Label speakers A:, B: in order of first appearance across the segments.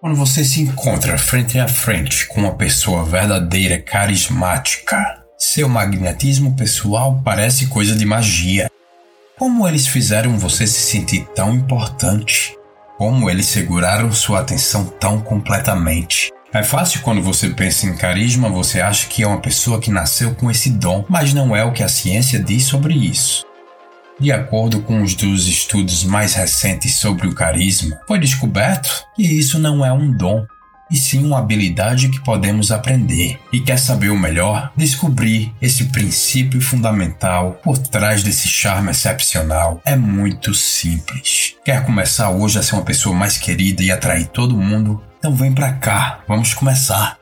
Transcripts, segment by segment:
A: Quando você se encontra frente a frente com uma pessoa verdadeira, carismática, seu magnetismo pessoal parece coisa de magia. Como eles fizeram você se sentir tão importante? Como eles seguraram sua atenção tão completamente? É fácil quando você pensa em carisma, você acha que é uma pessoa que nasceu com esse dom, mas não é o que a ciência diz sobre isso. De acordo com os dos estudos mais recentes sobre o carisma, foi descoberto que isso não é um dom, e sim uma habilidade que podemos aprender. E quer saber o melhor? Descobrir esse princípio fundamental por trás desse charme excepcional é muito simples. Quer começar hoje a ser uma pessoa mais querida e atrair todo mundo? Então vem pra cá, vamos começar.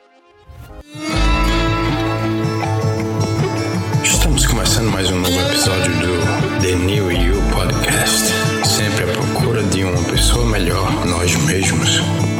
B: Estamos começando mais um novo episódio do The New You Podcast. Sempre à procura de uma pessoa melhor, nós mesmos.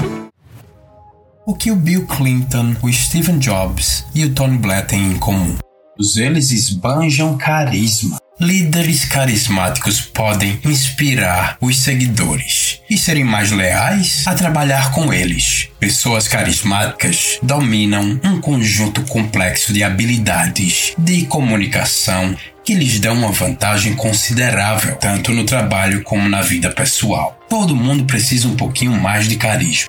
A: O que o Bill Clinton, o Steve Jobs e o Tony Blair têm em comum? Todos eles esbanjam carisma. Líderes carismáticos podem inspirar os seguidores e serem mais leais a trabalhar com eles. Pessoas carismáticas dominam um conjunto complexo de habilidades de comunicação que lhes dão uma vantagem considerável, tanto no trabalho como na vida pessoal. Todo mundo precisa um pouquinho mais de carisma.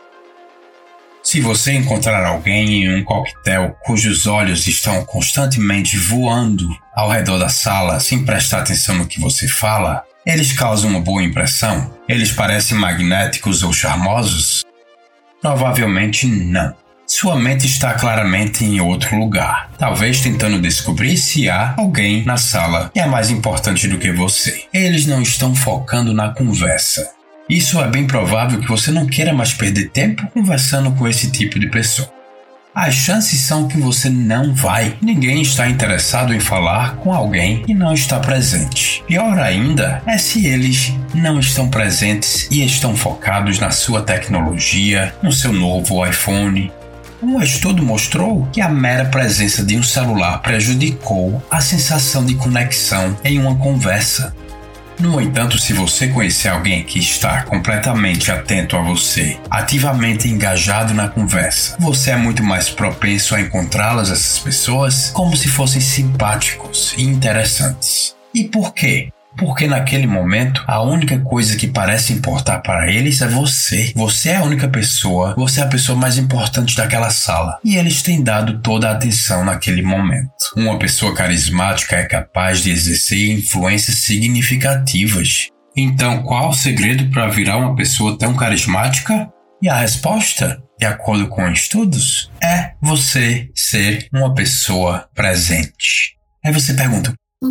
A: Se você encontrar alguém em um coquetel cujos olhos estão constantemente voando ao redor da sala sem prestar atenção no que você fala, eles causam uma boa impressão? Eles parecem magnéticos ou charmosos? Provavelmente não. Sua mente está claramente em outro lugar, talvez tentando descobrir se há alguém na sala que é mais importante do que você. Eles não estão focando na conversa. Isso é bem provável que você não queira mais perder tempo conversando com esse tipo de pessoa. As chances são que você não vai. Ninguém está interessado em falar com alguém que não está presente. Pior ainda é se eles não estão presentes e estão focados na sua tecnologia, no seu novo iPhone. Um estudo mostrou que a mera presença de um celular prejudicou a sensação de conexão em uma conversa. No entanto, se você conhecer alguém que está completamente atento a você, ativamente engajado na conversa, você é muito mais propenso a encontrá-las, essas pessoas, como se fossem simpáticos e interessantes. E por quê? Porque naquele momento, a única coisa que parece importar para eles é você. Você é a única pessoa, você é a pessoa mais importante daquela sala. E eles têm dado toda a atenção naquele momento. Uma pessoa carismática é capaz de exercer influências significativas. Então, qual o segredo para virar uma pessoa tão carismática? E a resposta, de acordo com estudos, é você ser uma pessoa presente. Aí você pergunta: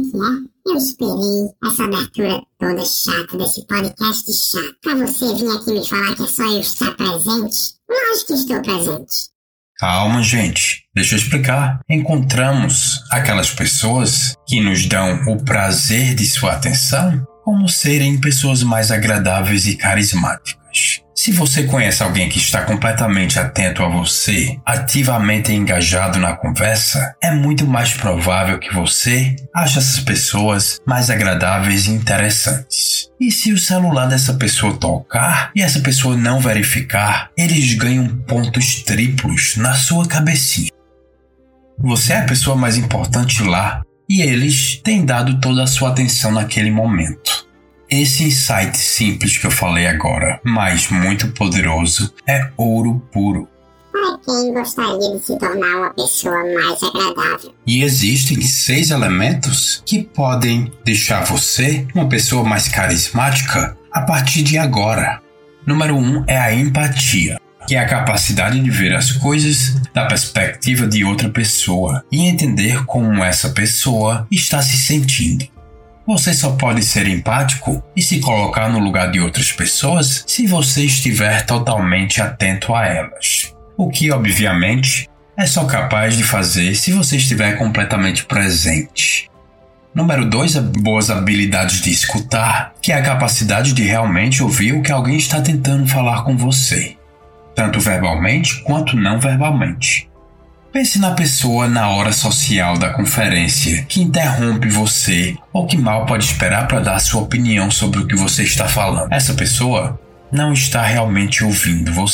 C: Eu esperei essa abertura toda chata desse podcast chato pra você vir aqui me falar que é só eu estar presente? Lógico que estou presente.
A: Calma, gente. Deixa eu explicar. Encontramos aquelas pessoas que nos dão o prazer de sua atenção como serem pessoas mais agradáveis e carismáticas. Se você conhece alguém que está completamente atento a você, ativamente engajado na conversa, é muito mais provável que você ache essas pessoas mais agradáveis e interessantes. E se o celular dessa pessoa tocar e essa pessoa não verificar, eles ganham pontos triplos na sua cabecinha. Você é a pessoa mais importante lá e eles têm dado toda a sua atenção naquele momento. Esse insight simples que eu falei agora, mas muito poderoso, é ouro puro.
C: Para quem gostaria de se tornar uma pessoa mais agradável.
A: E existem 6 elementos que podem deixar você uma pessoa mais carismática a partir de agora. Número 1 é a empatia, que é a capacidade de ver as coisas da perspectiva de outra pessoa e entender como essa pessoa está se sentindo. Você só pode ser empático e se colocar no lugar de outras pessoas se você estiver totalmente atento a elas. O que, obviamente, é só capaz de fazer se você estiver completamente presente. Número 2 é boas habilidades de escutar, que é a capacidade de realmente ouvir o que alguém está tentando falar com você, tanto verbalmente quanto não verbalmente. Pense na pessoa na hora social da conferência que interrompe você ou que mal pode esperar para dar sua opinião sobre o que você está falando. Essa pessoa não está realmente ouvindo você.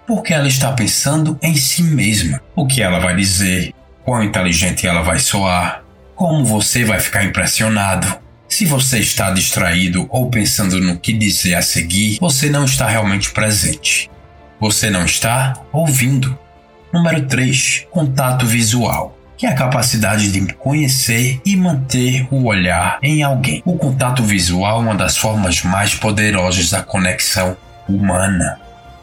A: porque ela está pensando em si mesma. O que ela vai dizer, quão inteligente ela vai soar, como você vai ficar impressionado. Se você está distraído ou pensando no que dizer a seguir, você não está realmente presente. Você não está ouvindo. Número 3. Contato visual, que é a capacidade de conhecer e manter o olhar em alguém. O contato visual é uma das formas mais poderosas da conexão humana.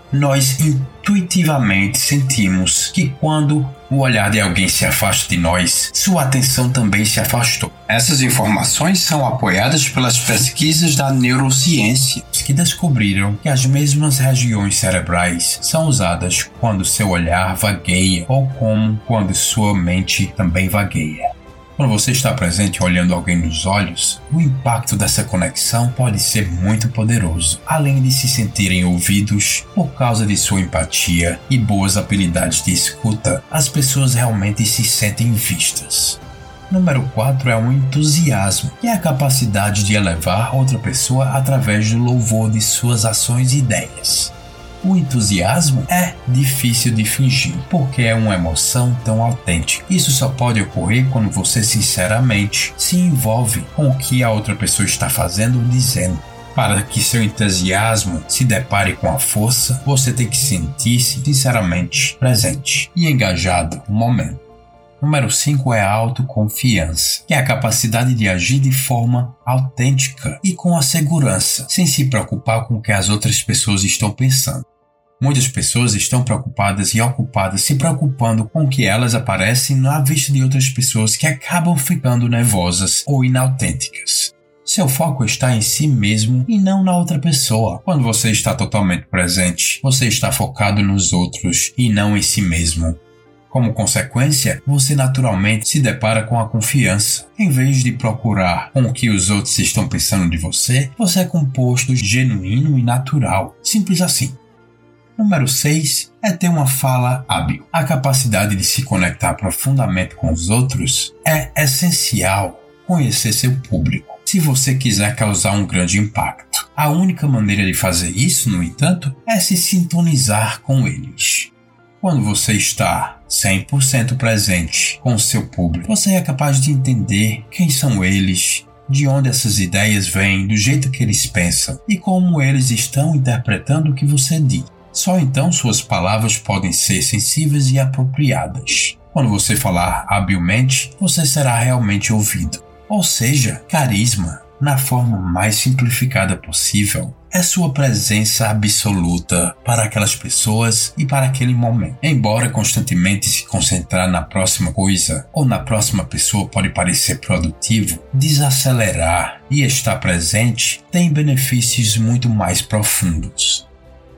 A: Nós intuitivamente sentimos que quando o olhar de alguém se afasta de nós, sua atenção também se afastou. Essas informações são apoiadas pelas pesquisas da neurociência, que descobriram que as mesmas regiões cerebrais são usadas quando seu olhar vagueia ou como quando sua mente também vagueia. Quando você está presente olhando alguém nos olhos, o impacto dessa conexão pode ser muito poderoso. Além de se sentirem ouvidos por causa de sua empatia e boas habilidades de escuta, as pessoas realmente se sentem vistas. Número 4 é o entusiasmo, que é a capacidade de elevar outra pessoa através do louvor de suas ações e ideias. O entusiasmo é difícil de fingir, porque é uma emoção tão autêntica. Isso só pode ocorrer quando você sinceramente se envolve com o que a outra pessoa está fazendo ou dizendo. Para que seu entusiasmo se depare com a força, você tem que sentir-se sinceramente presente e engajado no momento. Número 5 é a autoconfiança, que é a capacidade de agir de forma autêntica e com a segurança, sem se preocupar com o que as outras pessoas estão pensando. Muitas pessoas estão preocupadas e ocupadas se preocupando com o que elas aparecem na vista de outras pessoas que acabam ficando nervosas ou inautênticas. Seu foco está em si mesmo e não na outra pessoa. Quando você está totalmente presente, você está focado nos outros e não em si mesmo. Como consequência, você naturalmente se depara com a confiança. Em vez de procurar com o que os outros estão pensando de você, você é composto, genuíno e natural. Simples assim. Número 6 é ter uma fala hábil. A capacidade de se conectar profundamente com os outros é essencial. Conhecer seu público, se você quiser causar um grande impacto. A única maneira de fazer isso, no entanto, é se sintonizar com eles. Quando você está 100% presente com o seu público, você é capaz de entender quem são eles, de onde essas ideias vêm, do jeito que eles pensam e como eles estão interpretando o que você diz. Só então suas palavras podem ser sensíveis e apropriadas. Quando você falar habilmente, você será realmente ouvido. Ou seja, carisma, na forma mais simplificada possível, é sua presença absoluta para aquelas pessoas e para aquele momento. Embora constantemente se concentrar na próxima coisa ou na próxima pessoa pode parecer produtivo, desacelerar e estar presente tem benefícios muito mais profundos.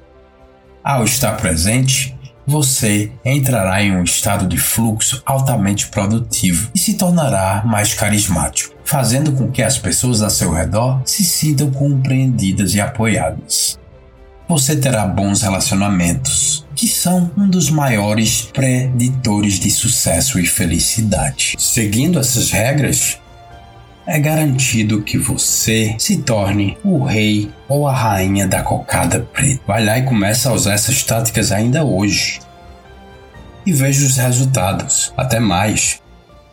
A: Ao estar presente, você entrará em um estado de fluxo altamente produtivo e se tornará mais carismático, fazendo com que as pessoas ao seu redor se sintam compreendidas e apoiadas. Você terá bons relacionamentos, que são um dos maiores preditores de sucesso e felicidade. Seguindo essas regras, é garantido que você se torne o rei ou a rainha da cocada preta. Vai lá e começa a usar essas táticas ainda hoje. E veja os resultados. Até mais.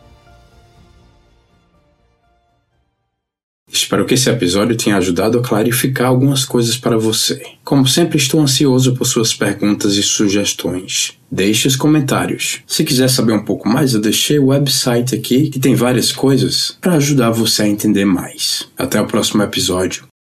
B: Espero que esse episódio tenha ajudado a clarificar algumas coisas para você. Como sempre, estou ansioso por suas perguntas e sugestões. Deixe os comentários. Se quiser saber um pouco mais, eu deixei o website aqui, que tem várias coisas para ajudar você a entender mais. Até o próximo episódio.